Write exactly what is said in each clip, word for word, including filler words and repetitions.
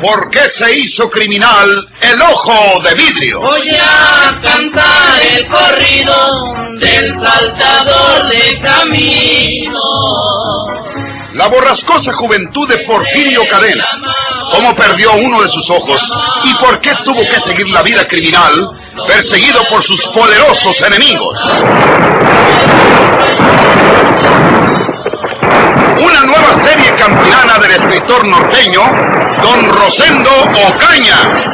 ¿Por qué se hizo criminal el ojo de vidrio? Voy a cantar el corrido del saltador de camino. La borrascosa juventud de Porfirio Cadena. ¿Cómo perdió uno de sus ojos? ¿Y por qué tuvo que seguir la vida criminal, perseguido por sus poderosos enemigos? Una nueva serie campilana del escritor norteño, don Rosendo Ocaña.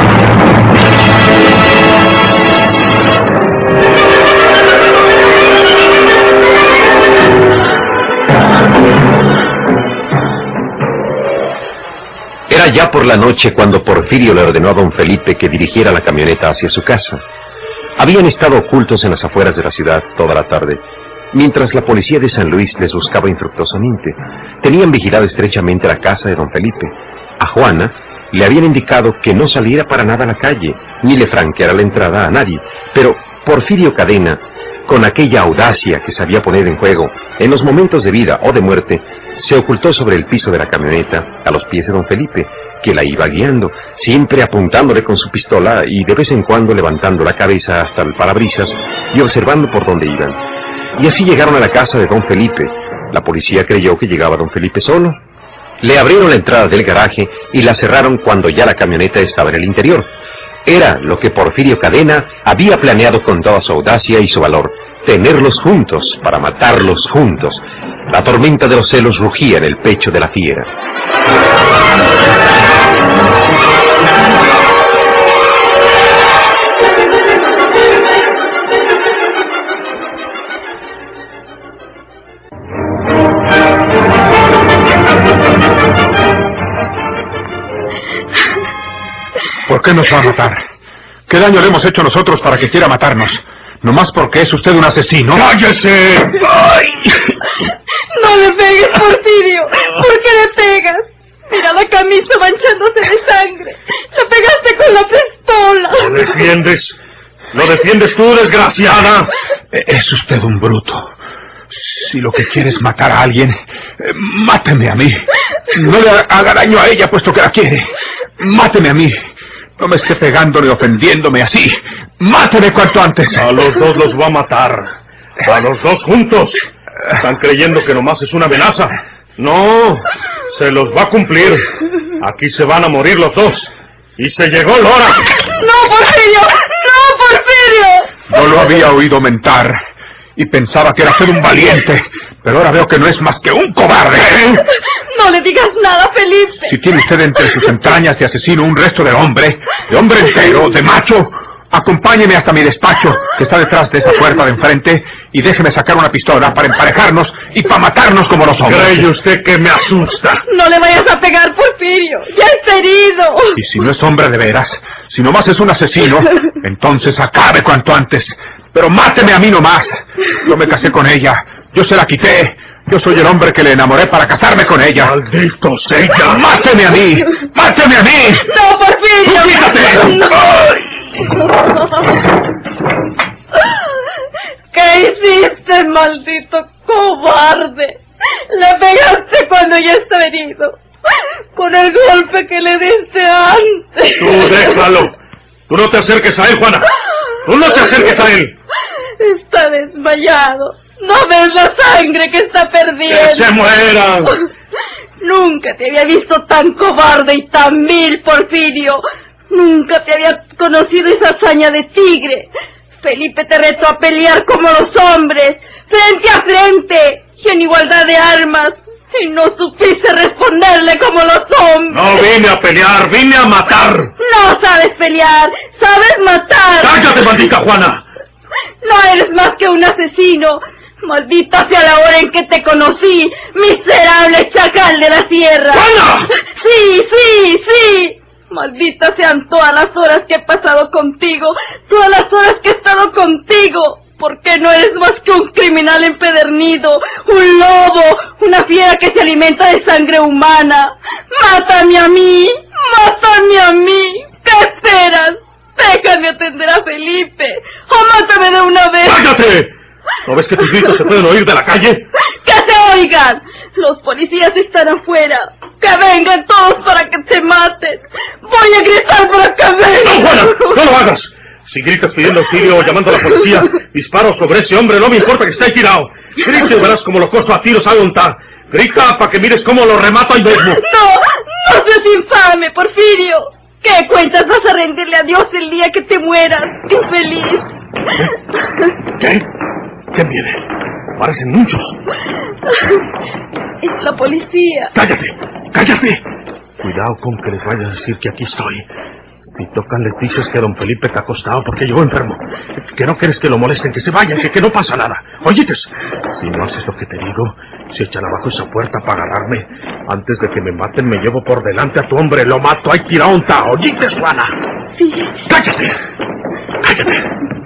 Era ya por la noche cuando Porfirio le ordenó a don Felipe que dirigiera la camioneta hacia su casa. Habían estado ocultos en las afueras de la ciudad toda la tarde, mientras la policía de San Luis les buscaba infructuosamente. Tenían vigilado estrechamente la casa de don Felipe. A Juana le habían indicado que no saliera para nada a la calle, ni le franqueara la entrada a nadie. Pero Porfirio Cadena, con aquella audacia que sabía poner en juego en los momentos de vida o de muerte, se ocultó sobre el piso de la camioneta a los pies de don Felipe, que la iba guiando, siempre apuntándole con su pistola y de vez en cuando levantando la cabeza hasta el parabrisas y observando por dónde iban. Y así llegaron a la casa de don Felipe. La policía creyó que llegaba don Felipe solo. Le abrieron la entrada del garaje y la cerraron cuando ya la camioneta estaba en el interior. Era lo que Porfirio Cadena había planeado con toda su audacia y su valor: tenerlos juntos para matarlos juntos. La tormenta de los celos rugía en el pecho de la fiera. ¿Por qué nos va a matar? ¿Qué daño le hemos hecho nosotros para que quiera matarnos? ¿Nomás porque es usted un asesino? ¡Cállese! ¡Ay! No le pegues, Porfirio. ¿Por qué le pegas? Mira la camisa manchándose de sangre. Le pegaste con la pistola. ¿Lo defiendes? ¿Lo defiendes tú, desgraciada? Es usted un bruto. Si lo que quiere es matar a alguien, máteme a mí. No le haga daño a ella, puesto que la quiere. Máteme a mí. No me esté pegando ni ofendiéndome así. ¡Máteme cuanto antes! A los dos los va a matar. A los dos juntos. Están creyendo que nomás es una amenaza. No, se los va a cumplir. Aquí se van a morir los dos. Y se llegó la hora. ¡No, Porfirio! ¡No, Porfirio! No lo había oído mentar. Y pensaba que era usted un valiente. Pero ahora veo que no es más que un cobarde. ¿Eh? No le digas nada, Felipe. Si tiene usted entre sus entrañas de asesino un resto de hombre, de hombre entero, de macho, acompáñeme hasta mi despacho, que está detrás de esa puerta de enfrente, y déjeme sacar una pistola para emparejarnos y para matarnos como los hombres. ¿Cree usted que me asusta? No le vayas a pegar, Porfirio. Ya está herido. Y si no es hombre de veras, si nomás es un asesino, entonces acabe cuanto antes. Pero máteme a mí nomás. Yo me casé con ella. Yo se la quité. Yo soy el hombre que le enamoré para casarme con ella. ¡Maldito sea! ¡Máteme a mí! ¡Máteme a mí! ¡No, Porfirio! ¡Tú quítate! No. ¿Qué hiciste, maldito cobarde? Le pegaste cuando ya estaba herido. Con el golpe que le diste antes. Tú déjalo. Tú no te acerques a él, Juana. Tú no te acerques a él. Está desmayado. ¿No ves la sangre que está perdiendo? ¡Que se muera! Nunca te había visto tan cobarde y tan vil, Porfirio. Nunca te había conocido esa hazaña de tigre. Felipe te retó a pelear como los hombres, frente a frente, y en igualdad de armas. Y no supiste responderle como los hombres. No vine a pelear, vine a matar. No sabes pelear, sabes matar. ¡Cállate, maldita Juana! No eres más que un asesino. Maldita sea la hora en que te conocí, miserable chacal de la sierra. ¡Juana! Sí, sí, sí. Malditas sean todas las horas que he pasado contigo, todas las horas que he estado contigo. Porque no eres más que un criminal empedernido, un lobo, una fiera que se alimenta de sangre humana. ¡Mátame a mí! ¡Mátame a mí! ¿Qué esperas? Déjame atender a Felipe, o mátame de una vez. ¡Cállate! ¿No ves que tus gritos se pueden oír de la calle? ¡Que se oigan! Los policías están afuera. Que vengan todos para que te maten. Voy a gritar para que vengan. ¡No, Juana! ¡No lo hagas! Si gritas pidiendo auxilio o llamando a la policía, disparo sobre ese hombre, no me importa que esté ahí tirado. Grita y verás como lo coso a tiros a untar. Grita para que mires cómo lo remato ahí mismo. No, no seas infame, Porfirio. ¿Qué cuentas vas a rendirle a Dios el día que te mueras, infeliz? ¿Qué? ¿Quién viene? Parecen muchos. Es la policía. ¡Cállate! ¡Cállate! Cuidado con que les vayas a decir que aquí estoy. Si tocan les dices que don Felipe está acostado porque llegó enfermo. Que no quieres que lo molesten, que se vayan, que, que no pasa nada. ¿Oyites? Si no haces lo que te digo, si echan abajo esa puerta para agarrarme, antes de que me maten me llevo por delante a tu hombre, lo mato, ahí tirado un ta. ¿Oyites, Juana? Sí. ¡Cállate! ¡Cállate!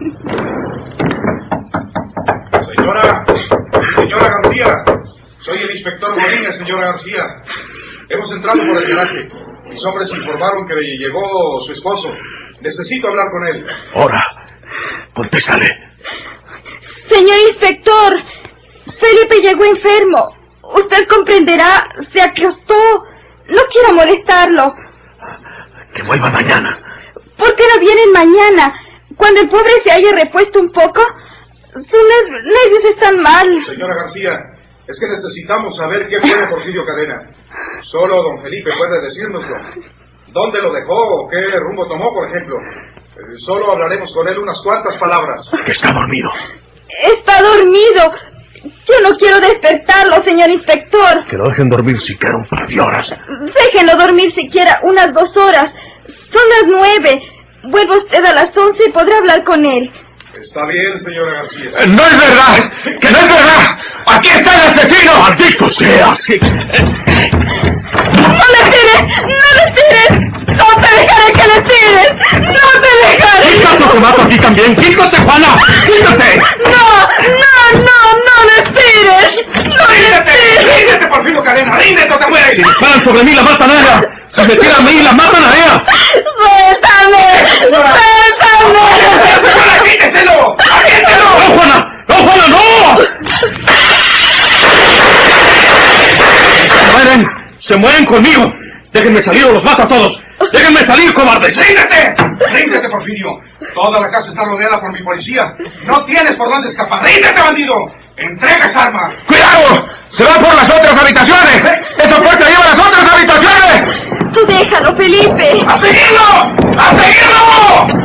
Señora, señora García, soy el inspector Molina, señora García. Hemos entrado por el garaje. Mis hombres informaron que llegó su esposo. Necesito hablar con él. Ahora, contéstale. Señor inspector, Felipe llegó enfermo. Usted comprenderá, se acostó. No quiero molestarlo. Que vuelva mañana. ¿Por qué no vienen mañana? Cuando el pobre se haya repuesto un poco. Sus nervios están mal. Señora García, es que necesitamos saber qué fue de Porfirio Cadena. Solo don Felipe puede decírnoslo. ¿Dónde lo dejó o qué rumbo tomó, por ejemplo? Eh, solo hablaremos con él unas cuantas palabras. Que está dormido. Está dormido. Yo no quiero despertarlo, señor inspector. Que lo dejen dormir siquiera un par de horas. Déjenlo dormir siquiera unas dos horas. Son las nueve. Vuelva usted a las once y podrá hablar con él. Está bien, señora García. Eh, ¡No es verdad! ¡Que no es verdad! ¡Aquí está el asesino! ¡Maldito sea! Sí. ¡No le tires! ¡No le tires! ¡No te dejaré que le tires! ¡No te dejaré! ¡Quítate, te mato aquí también! ¡Quítate, Juana! ¡Quítate! ¡No! ¡No, no, no le tires! ¡No le tires! ¡Ríndete, Porfirio Cadena! ¡Ríndete o te mueres! Si disparan sobre mí, la matan a ella. Si me tiran a mí, la matan a ella. ¡Suéltame! ¡Suéltame! ¡Señora, quíteselo! ¡Aviéntelo! ¡No, Juana! ¡No, Juana, no! ¡Se mueren! ¡Se mueren conmigo! ¡Déjenme salir o los mato a todos! ¡Déjenme salir, cobardes! ¡Ríndete! ¡Ríndete, Porfirio! Toda la casa está rodeada por mi policía. No tienes por dónde escapar. ¡Ríndete, bandido! ¡Entrega esa arma! ¡Cuidado! ¡Se va por las otras habitaciones! ¡Esa puerta lleva a las otras habitaciones! ¡Tú déjalo, Felipe! ¡A seguirlo! ¡A seguirlo!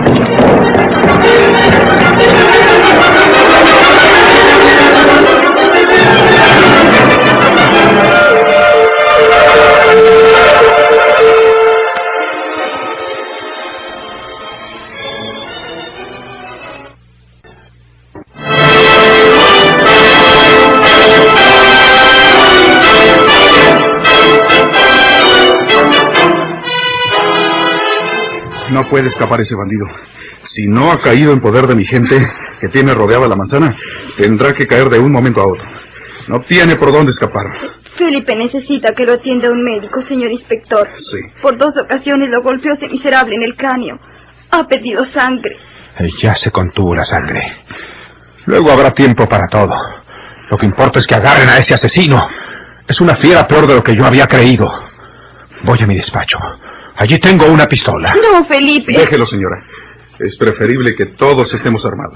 No puede escapar ese bandido. Si no ha caído en poder de mi gente, que tiene rodeada la manzana, tendrá que caer de un momento a otro. No tiene por dónde escapar. Felipe necesita que lo atienda un médico, señor inspector. Sí. Por dos ocasiones lo golpeó ese miserable en el cráneo. Ha perdido sangre. Eh, Ya se contuvo la sangre. Luego habrá tiempo para todo. Lo que importa es que agarren a ese asesino. Es una fiera peor de lo que yo había creído. Voy a mi despacho. Allí tengo una pistola. No, Felipe. Déjelo, señora. Es preferible que todos estemos armados.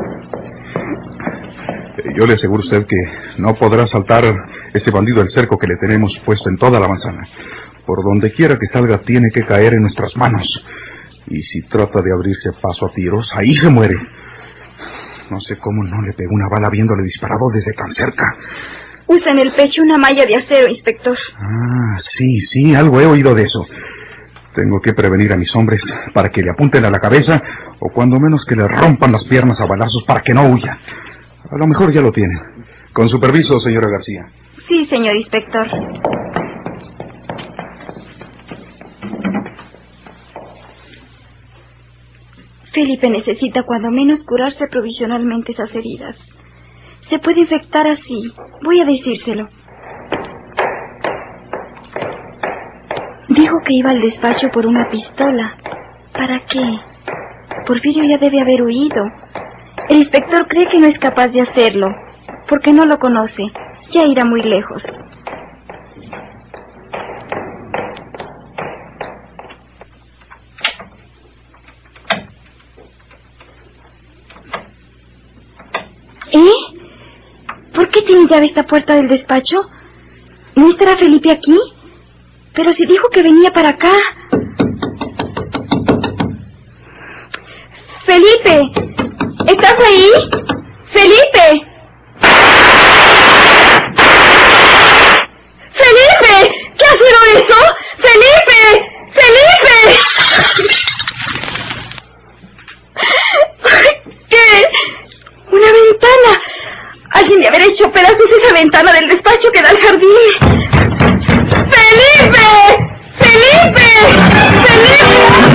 Eh, Yo le aseguro a usted que no podrá saltar ese bandido el cerco que le tenemos puesto en toda la manzana. Por donde quiera que salga, tiene que caer en nuestras manos. Y si trata de abrirse paso a tiros, ahí se muere. No sé cómo no le pegó una bala habiéndole disparado desde tan cerca. Usa en el pecho una malla de acero, inspector. Ah, sí, sí, algo he oído de eso. Tengo que prevenir a mis hombres para que le apunten a la cabeza o cuando menos que le rompan las piernas a balazos para que no huya. A lo mejor ya lo tienen. Con su permiso, señora García. Sí, señor inspector. Felipe necesita cuando menos curarse provisionalmente esas heridas. Se puede infectar así. Voy a decírselo. Dijo que iba al despacho por una pistola. ¿Para qué? Porfirio ya debe haber huido. El inspector cree que no es capaz de hacerlo, porque no lo conoce. Ya irá muy lejos. ¿Eh? ¿Por qué tiene llave esta puerta del despacho? ¿No estará Felipe aquí? Pero si dijo que venía para acá. Felipe, ¿estás ahí? Felipe. Felipe, ¿qué ha sido eso? Felipe, Felipe. ¿Qué? Una ventana. Alguien de haber hecho pedazos esa ventana del despacho que da al jardín. ¡Felipe! ¡Felipe! ¡Felipe!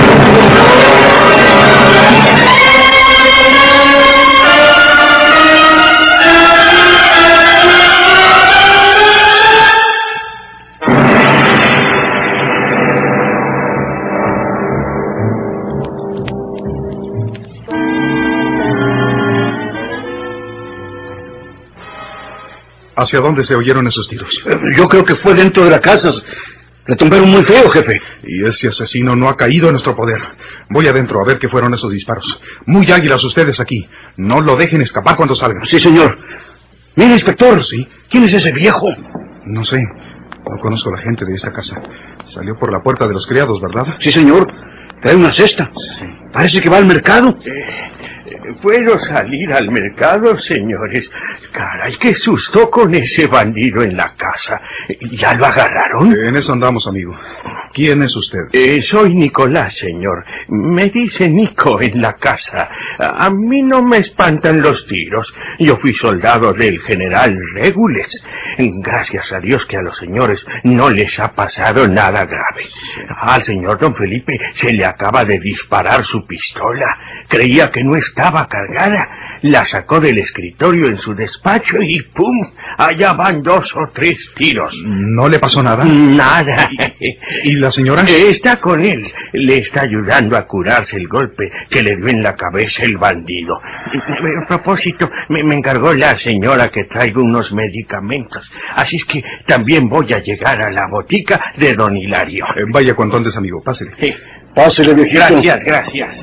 ¿Hacia dónde se oyeron esos tiros? Yo creo que fue dentro de la casa. Retumbaron muy feo, jefe. Y ese asesino no ha caído en nuestro poder. Voy adentro a ver qué fueron esos disparos. Muy águilas ustedes aquí. No lo dejen escapar cuando salgan. Sí, señor. Mire, inspector. Sí. ¿Quién es ese viejo? No sé. No conozco a la gente de esta casa. Salió por la puerta de los criados, ¿verdad? Sí, señor. Trae una cesta. Sí. Parece que va al mercado. Eh, ¿Puedo salir al mercado, señores? Caray, qué susto con ese bandido en la casa. ¿Ya lo agarraron? En eso andamos, amigo. ¿Quién es usted? Eh, soy Nicolás, señor. Me dice Nico en la casa. A, a mí no me espantan los tiros. Yo fui soldado del general Regules. Gracias a Dios que a los señores no les ha pasado nada grave. Al señor don Felipe se le acaba de disparar su pistola. Creía que no estaba cargada. La sacó del escritorio en su despacho y ¡pum! Allá van dos o tres tiros. ¿No le pasó nada? Nada. ¿Y la señora? Está con él. Le está ayudando a curarse el golpe que le dio en la cabeza el bandido. A propósito, me, me encargó la señora que traiga unos medicamentos. Así es que también voy a llegar a la botica de don Hilario. Eh, vaya cuanto antes, amigo. Pásele. Sí. Pásele, viejito. Gracias, gracias.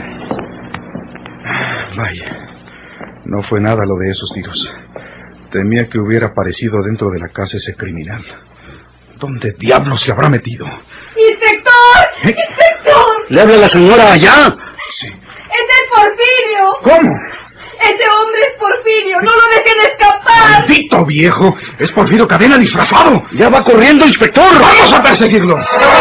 Vaya. No fue nada lo de esos tiros. Temía que hubiera aparecido dentro de la casa ese criminal. ¿Dónde diablos se habrá metido? ¡Inspector! ¿Eh? ¡Inspector! ¿Le habla la señora allá? Sí. ¡Es el Porfirio! ¿Cómo? ¡Ese hombre es Porfirio! ¡No lo dejen escapar! ¡Maldito viejo! ¡Es Porfirio Cadena disfrazado! ¡Ya va corriendo, inspector! ¡Vamos a perseguirlo!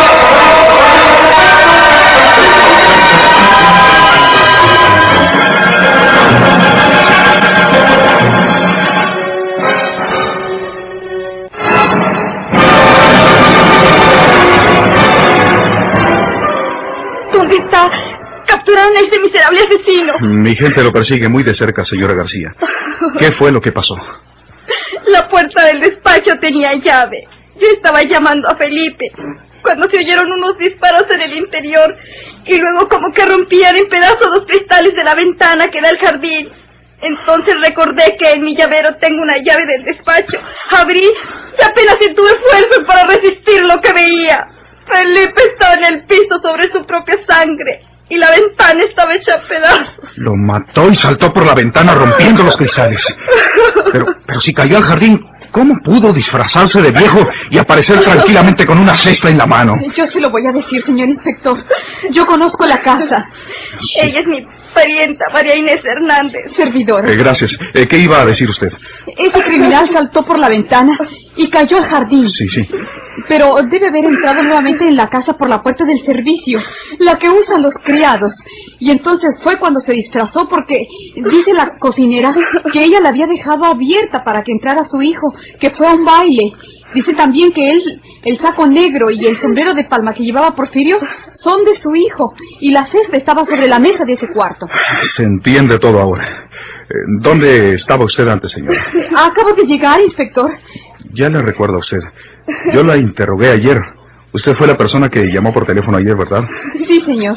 ¿Dónde está? Capturaron a ese miserable asesino. Mi gente lo persigue muy de cerca, señora García. ¿Qué fue lo que pasó? La puerta del despacho tenía llave. Yo estaba llamando a Felipe cuando se oyeron unos disparos en el interior y luego como que rompían en pedazos los cristales de la ventana que da al jardín. Entonces recordé que en mi llavero tengo una llave del despacho. Abrí y apenas si tuve fuerza para resistir lo que veía. Felipe estaba en el piso sobre su propia sangre y la ventana estaba hecha a pedazos. Lo mató y saltó por la ventana rompiendo los cristales. Pero, pero si cayó al jardín, ¿cómo pudo disfrazarse de viejo y aparecer tranquilamente con una cesta en la mano? Yo se lo voy a decir, señor inspector. Yo conozco la casa. Sí. Ella es mi parienta, María Inés Hernández. Servidora. Eh, gracias. Eh, ¿Qué iba a decir usted? Ese criminal saltó por la ventana y cayó al jardín. Sí, sí. Pero debe haber entrado nuevamente en la casa por la puerta del servicio, la que usan los criados. Y entonces fue cuando se disfrazó porque dice la cocinera que ella la había dejado abierta para que entrara su hijo, que fue a un baile. Dice también que él, el saco negro y el sombrero de palma que llevaba Porfirio son de su hijo, y la cesta estaba sobre la mesa de ese cuarto. Se entiende todo ahora. ¿Dónde estaba usted antes, señora? Acabo de llegar, inspector. Ya le recuerdo a usted. Yo la interrogué ayer. Usted fue la persona que llamó por teléfono ayer, ¿verdad? Sí, señor.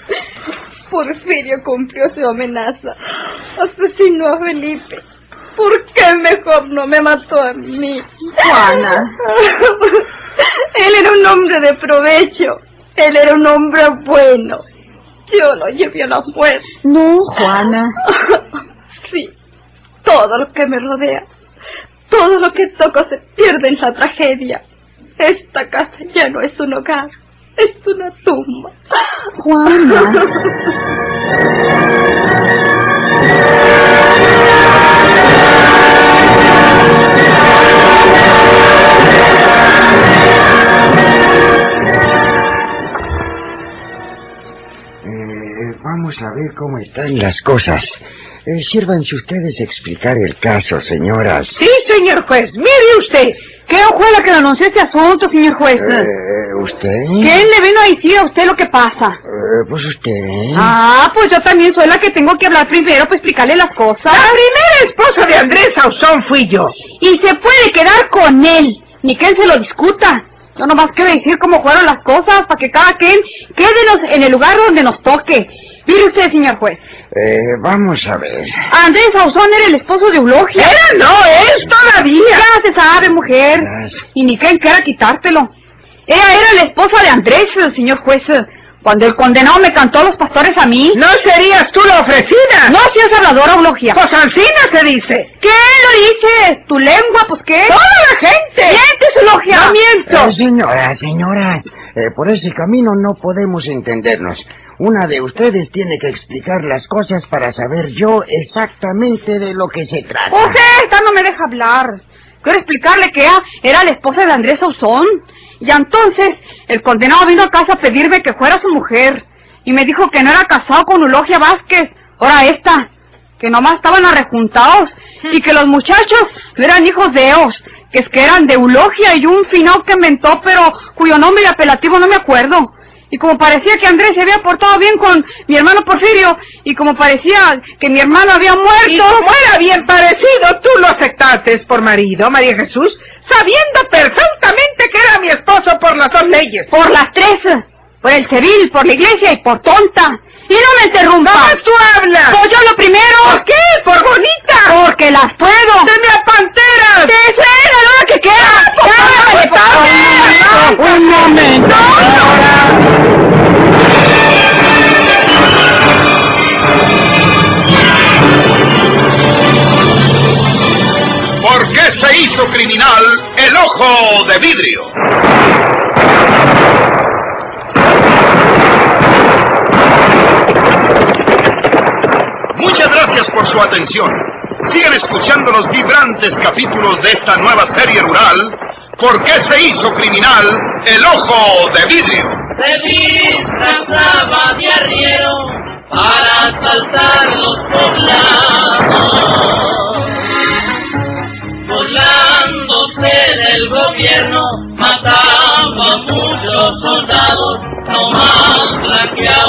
Porfirio cumplió su amenaza. Asesinó a Felipe. ¿Por qué mejor no me mató a mí? Juana. Él era un hombre de provecho. Él era un hombre bueno. Yo lo llevé a la muerte. No, Juana. Sí. todo lo que me rodea, todo lo que toco se pierde en la tragedia. Esta casa ya no es un hogar, es una tumba. Juana. Vamos a ver cómo están las cosas. Eh, sírvanse ustedes a explicar el caso, señoras. Sí, señor juez. Mire usted. ¿Qué fue la que denunció este asunto, señor juez? Eh, ¿Usted? ¿Quién le vino a decir a usted lo que pasa? Eh, pues usted. Ah, pues yo también soy la que tengo que hablar primero para explicarle las cosas. La primera esposa de Andrés Sauzón fui yo. Y se puede quedar con él, ni que él se lo discuta. Yo nomás quiero decir cómo fueron las cosas para que cada quien quede en el lugar donde nos toque. Mire usted, señor juez. Eh, vamos a ver. Andrés Sauzón era el esposo de Eulogia. Era, no, es todavía. Ya se sabe, mujer. Las... Y ni quien quiera quitártelo. Ella era la esposa de Andrés, señor juez. Cuando el condenado me cantó a los pastores a mí. ¿No serías tú la ofrecida? No, si es habladora, Eulogia. Pues Ancina se dice. ¿Qué lo dice? ¿Tu lengua? Pues qué. ¡Toda la gente! ¡Mientes, Eulogia! ¡No miento! Eh, señoras, señoras, eh, por ese camino no podemos entendernos. Una de ustedes tiene que explicar las cosas para saber yo exactamente de lo que se trata. Pues esta no me deja hablar. Quiero explicarle que ella era la esposa de Andrés Sauzón. Y entonces el condenado vino a casa a pedirme que fuera su mujer. Y me dijo que no era casado con Eulogia Vázquez. Ahora esta, que nomás estaban arrejuntados. Y que los muchachos no eran hijos de ellos, que es que eran de Eulogia y un finado que inventó, pero cuyo nombre y apelativo no me acuerdo. Y como parecía que Andrés se había portado bien con mi hermano Porfirio, y como parecía que mi hermano había muerto... Y como era bien parecido, tú lo aceptaste por marido, María Jesús, sabiendo perfectamente que era mi esposo por las dos leyes. Por las tres, por el civil, por la iglesia y por tonta. Y no me interrumpas. ¿Cómo tú hablas? Pues yo lo primero. ¿Por qué? ¿Por bonita? Porque las puedo. ¡Se me apanteras! ¡Te suena la hora que queda! ¡Ah, pues, ¡Un momento! ¿Por qué se hizo criminal el ojo de vidrio? Muchas gracias por su atención. Sigan escuchando los vibrantes capítulos de esta nueva serie rural, ¿Por qué se hizo criminal el ojo de vidrio? Se disfrazaba de arriero para asaltar los poblados. Burlándose del gobierno, mataba a muchos soldados, no más blanqueaba